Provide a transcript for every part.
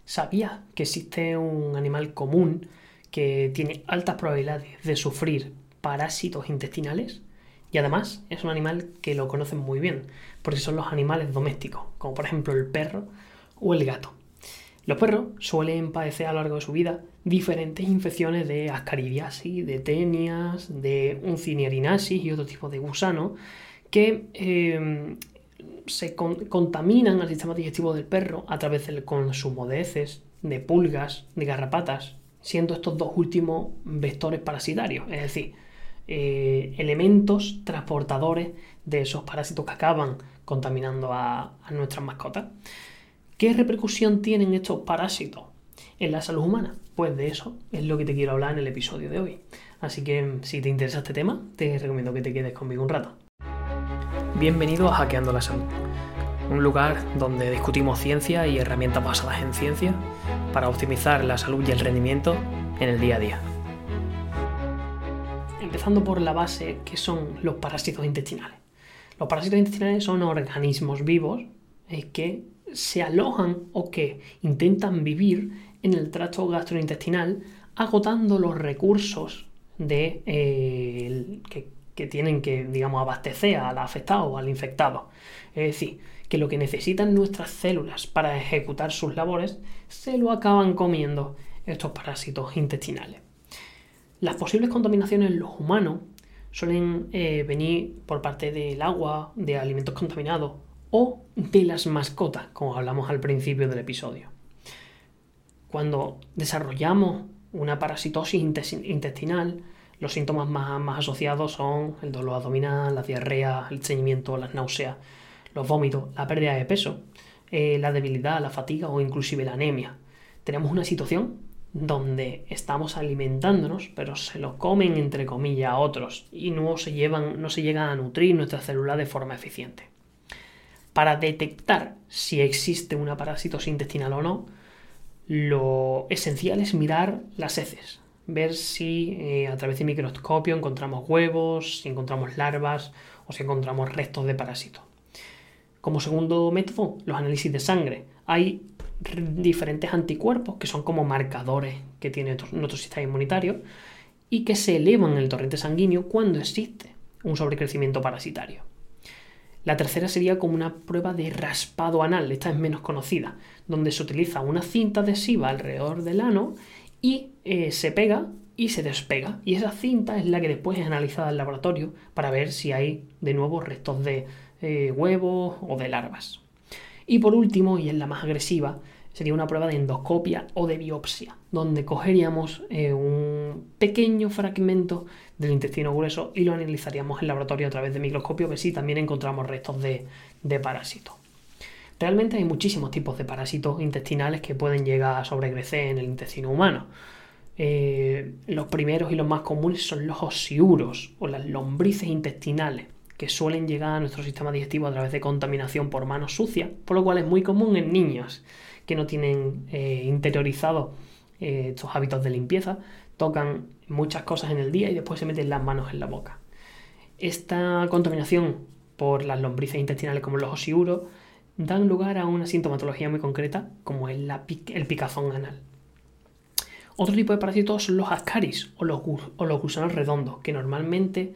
¿Sabías que existe un animal común que tiene altas probabilidades de sufrir parásitos intestinales? Y además es un animal que lo conocen muy bien, porque son los animales domésticos, como por ejemplo el perro o el gato. Los perros suelen padecer a lo largo de su vida diferentes infecciones de ascaridiasis, de tenias, de uncinierinasis y otro tipo de gusanos que contaminan al sistema digestivo del perro a través del consumo de heces, de pulgas, de garrapatas, siendo estos dos últimos vectores parasitarios, es decir, elementos transportadores de esos parásitos que acaban contaminando a nuestras mascotas. ¿Qué repercusión tienen estos parásitos en la salud humana? Pues de eso es lo que te quiero hablar en el episodio de hoy. Así que si te interesa este tema, te recomiendo que te quedes conmigo un rato. Bienvenido a Hackeando la Salud, un lugar donde discutimos ciencia y herramientas basadas en ciencia para optimizar la salud y el rendimiento en el día a día. Empezando por la base, que son los parásitos intestinales. Los parásitos intestinales son organismos vivos que se alojan o que intentan vivir en el tracto gastrointestinal, agotando los recursos que tienen que, abastecer al afectado o al infectado. Es decir, que lo que necesitan nuestras células para ejecutar sus labores se lo acaban comiendo estos parásitos intestinales. Las posibles contaminaciones en los humanos suelen venir por parte del agua, de alimentos contaminados o de las mascotas, como hablamos al principio del episodio. Cuando desarrollamos una parasitosis intestinal, los síntomas más asociados son el dolor abdominal, la diarrea, el estreñimiento, las náuseas, los vómitos, la pérdida de peso, la debilidad, la fatiga o inclusive la anemia. Tenemos una situación donde estamos alimentándonos, pero se lo comen entre comillas a otros y no se llegan a nutrir nuestras células de forma eficiente. Para detectar si existe una parasitosis intestinal o no, lo esencial es mirar las heces, ver si a través de microscopio encontramos huevos, si encontramos larvas o si encontramos restos de parásitos. Como segundo método, los análisis de sangre. Hay diferentes anticuerpos que son como marcadores que tiene nuestro sistema inmunitario y que se elevan en el torrente sanguíneo cuando existe un sobrecrecimiento parasitario. La tercera sería como una prueba de raspado anal, esta es menos conocida, donde se utiliza una cinta adhesiva alrededor del ano y se pega y se despega. Y esa cinta es la que después es analizada en el laboratorio para ver si hay de nuevo restos de huevos o de larvas. Y por último, y es la más agresiva, sería una prueba de endoscopia o de biopsia, donde cogeríamos un pequeño fragmento del intestino grueso y lo analizaríamos en laboratorio a través de microscopio, que sí también encontramos restos de parásitos. Realmente hay muchísimos tipos de parásitos intestinales que pueden llegar a sobrecrecer en el intestino humano. Los primeros y los más comunes son los osiuros o las lombrices intestinales, que suelen llegar a nuestro sistema digestivo a través de contaminación por manos sucias, por lo cual es muy común en niños que no tienen interiorizado estos hábitos de limpieza, tocan muchas cosas en el día y después se meten las manos en la boca. Esta contaminación por las lombrices intestinales como los osiuros dan lugar a una sintomatología muy concreta como es el picazón anal. Otro tipo de parásitos son los ascaris o los gusanos redondos, que normalmente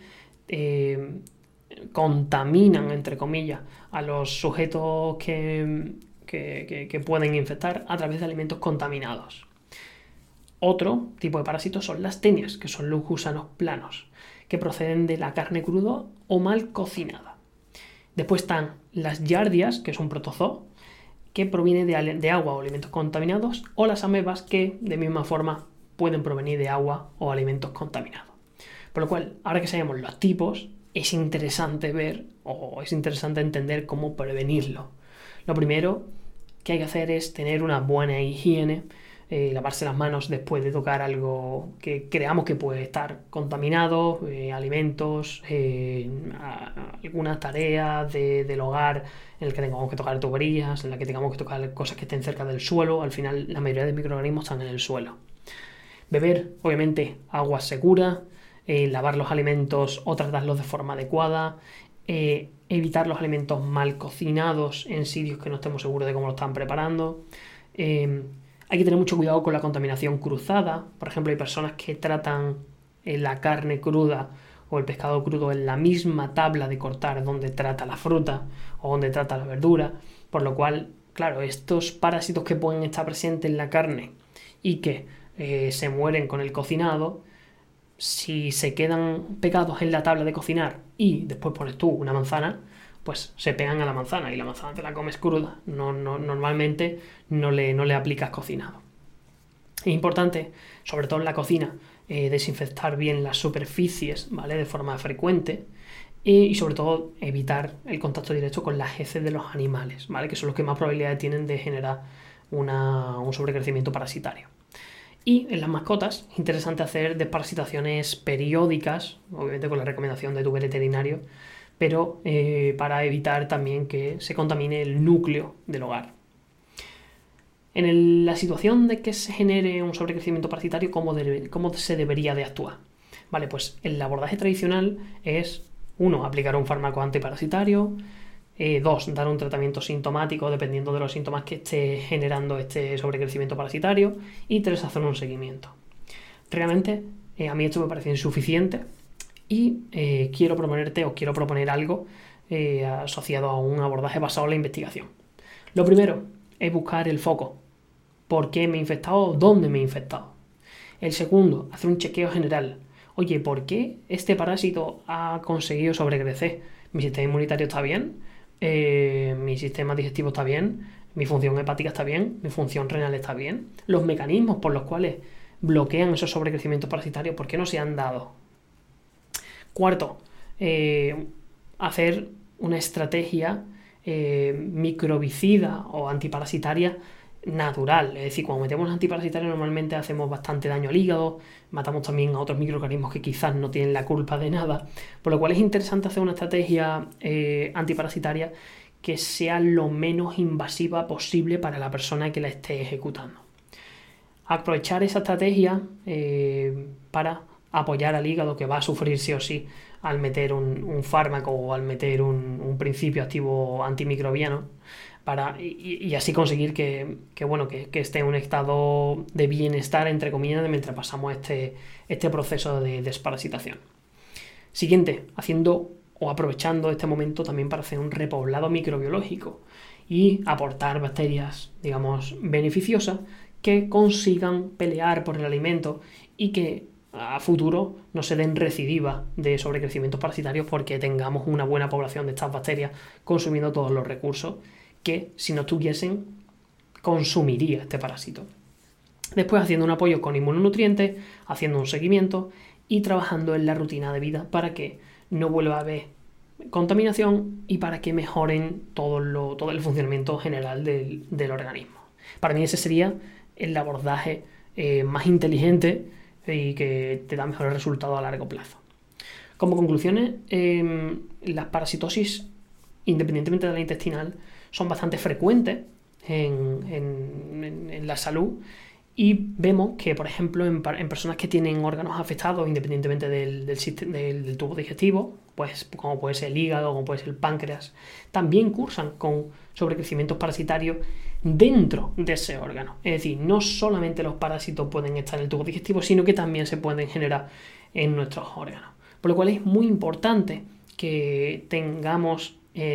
contaminan, entre comillas, a los sujetos que pueden infectar a través de alimentos contaminados. Otro tipo de parásitos son las tenias, que son los gusanos planos, que proceden de la carne cruda o mal cocinada. Después están las giardias, que es un protozoo, que proviene de agua o alimentos contaminados, o las amebas, que de misma forma pueden provenir de agua o alimentos contaminados. Por lo cual, ahora que sabemos los tipos, es interesante ver o es interesante entender cómo prevenirlo. Lo primero que hay que hacer es tener una buena higiene, lavarse las manos después de tocar algo que creamos que puede estar contaminado, alimentos, alguna tarea del hogar en el que tengamos que tocar tuberías, en la que tengamos que tocar cosas que estén cerca del suelo. Al final la mayoría de microorganismos están en el suelo. Beber, obviamente, agua segura, lavar los alimentos o tratarlos de forma adecuada, evitar los alimentos mal cocinados en sitios que no estemos seguros de cómo lo están preparando, Hay que tener mucho cuidado con la contaminación cruzada. Por ejemplo, hay personas que tratan la carne cruda o el pescado crudo en la misma tabla de cortar donde trata la fruta o donde trata la verdura, por lo cual, claro, estos parásitos que pueden estar presentes en la carne y que se mueren con el cocinado, si se quedan pegados en la tabla de cocinar y después pones tú una manzana, pues se pegan a la manzana y la manzana te la comes cruda. Normalmente no le aplicas cocinado. Es importante, sobre todo en la cocina, desinfectar bien las superficies, ¿vale? De forma frecuente y sobre todo evitar el contacto directo con las heces de los animales, ¿vale? Que son los que más probabilidades tienen de generar un sobrecrecimiento parasitario. Y en las mascotas es interesante hacer desparasitaciones periódicas, obviamente con la recomendación de tu veterinario, pero para evitar también que se contamine el núcleo del hogar. En la situación de que se genere un sobrecrecimiento parasitario, ¿cómo se debería de actuar? Vale, pues el abordaje tradicional es 1. Aplicar un fármaco antiparasitario, 2. Dar un tratamiento sintomático dependiendo de los síntomas que esté generando este sobrecrecimiento parasitario y 3. Hacer un seguimiento. Realmente a mí esto me parece insuficiente y quiero proponer algo asociado a un abordaje basado en la investigación. Lo primero es buscar el foco. ¿Por qué me he infectado? ¿Dónde me he infectado? El segundo, hacer un chequeo general. Oye, ¿por qué este parásito ha conseguido sobrecrecer? ¿Mi sistema inmunitario está bien? ¿Mi sistema digestivo está bien? ¿Mi función hepática está bien? ¿Mi función renal está bien? ¿Los mecanismos por los cuales bloquean esos sobrecrecimientos parasitarios, por qué no se han dado? Cuarto, hacer una estrategia microbicida o antiparasitaria natural. Es decir, cuando metemos antiparasitarios normalmente hacemos bastante daño al hígado, matamos también a otros microorganismos que quizás no tienen la culpa de nada, por lo cual es interesante hacer una estrategia antiparasitaria que sea lo menos invasiva posible para la persona que la esté ejecutando. Aprovechar esa estrategia para apoyar al hígado, que va a sufrir sí o sí al meter un fármaco o al meter un principio activo antimicrobiano, y así conseguir que esté en un estado de bienestar, entre comillas, mientras pasamos este proceso de desparasitación. Siguiente, haciendo o aprovechando este momento también para hacer un repoblado microbiológico y aportar bacterias, digamos, beneficiosas que consigan pelear por el alimento y que a futuro no se den recidivas de sobrecrecimientos parasitarios porque tengamos una buena población de estas bacterias consumiendo todos los recursos que, si no estuviesen, consumiría este parásito. Después haciendo un apoyo con inmunonutrientes, haciendo un seguimiento y trabajando en la rutina de vida para que no vuelva a haber contaminación y para que mejoren todo el funcionamiento general del organismo. Para mí ese sería el abordaje más inteligente y que te da mejores resultados a largo plazo. Como conclusiones, las parasitosis, independientemente de la intestinal, son bastante frecuentes en la salud y vemos que, por ejemplo, en personas que tienen órganos afectados, independientemente del tubo digestivo, pues como puede ser el hígado, como puede ser el páncreas, también cursan con sobrecrecimientos parasitarios dentro de ese órgano. Es decir, no solamente los parásitos pueden estar en el tubo digestivo, sino que también se pueden generar en nuestros órganos. Por lo cual es muy importante que tengamos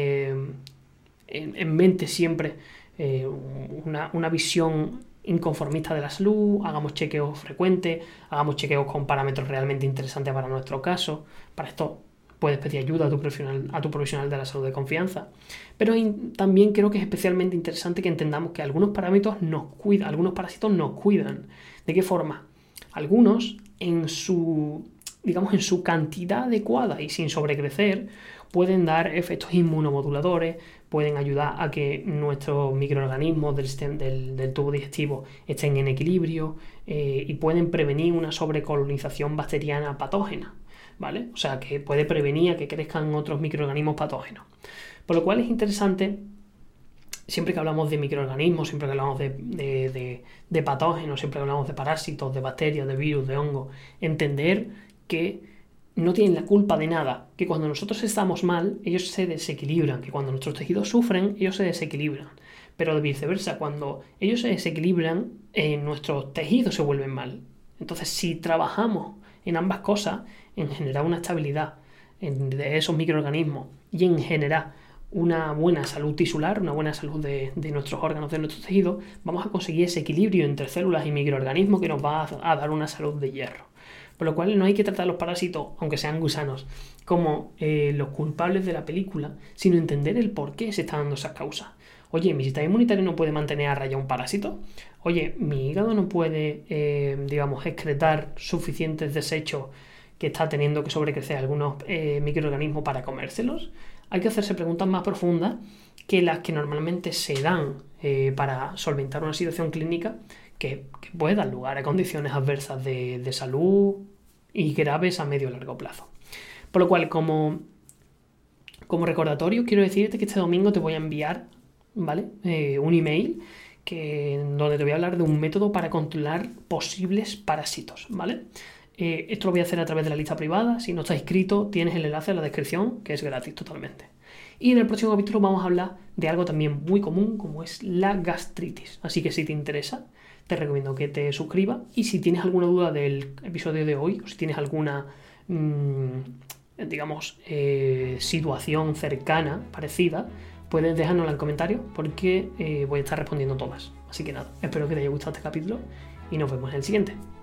en mente siempre una visión inconformista de la salud, hagamos chequeos frecuentes, hagamos chequeos con parámetros realmente interesantes para nuestro caso. Para esto puedes pedir ayuda a tu profesional de la salud de confianza. Pero también creo que es especialmente interesante que entendamos que algunos parásitos nos cuidan. ¿De qué forma? Algunos en su cantidad adecuada y sin sobrecrecer pueden dar efectos inmunomoduladores, pueden ayudar a que nuestros microorganismos del tubo digestivo estén en equilibrio y pueden prevenir una sobrecolonización bacteriana patógena, ¿vale? O sea, que puede prevenir a que crezcan otros microorganismos patógenos. Por lo cual es interesante, siempre que hablamos de microorganismos, siempre que hablamos de patógenos, siempre que hablamos de parásitos, de bacterias, de virus, de hongos, entender que no tienen la culpa de nada, que cuando nosotros estamos mal, ellos se desequilibran, que cuando nuestros tejidos sufren, ellos se desequilibran, Pero viceversa, cuando ellos se desequilibran, nuestros tejidos se vuelven mal. Entonces, si trabajamos en ambas cosas, en generar una estabilidad de esos microorganismos y en generar una buena salud tisular, una buena salud de nuestros órganos, de nuestros tejidos, vamos a conseguir ese equilibrio entre células y microorganismos que nos va a dar una salud de hierro. Por lo cual no hay que tratar a los parásitos, aunque sean gusanos, como los culpables de la película, sino entender el por qué se están dando esas causas. Oye, mi sistema inmunitario no puede mantener a raya un parásito. Oye, mi hígado no puede, excretar suficientes desechos que está teniendo que sobrecrecer algunos microorganismos para comérselos. Hay que hacerse preguntas más profundas que las que normalmente se dan para solventar una situación clínica que puede dar lugar a condiciones adversas de salud y graves a medio o largo plazo. Por lo cual, como recordatorio, quiero decirte que este domingo te voy a enviar, ¿vale? Un email donde te voy a hablar de un método para controlar posibles parásitos, ¿vale? Esto lo voy a hacer a través de la lista privada. Si no estás inscrito, tienes el enlace en la descripción, que es gratis totalmente. Y en el próximo capítulo vamos a hablar de algo también muy común, como es la gastritis. Así que si te interesa, te recomiendo que te suscribas. Y si tienes alguna duda del episodio de hoy, o si tienes alguna, situación cercana, parecida, puedes dejárnosla en comentarios, porque voy a estar respondiendo todas. Así que nada, espero que te haya gustado este capítulo y nos vemos en el siguiente.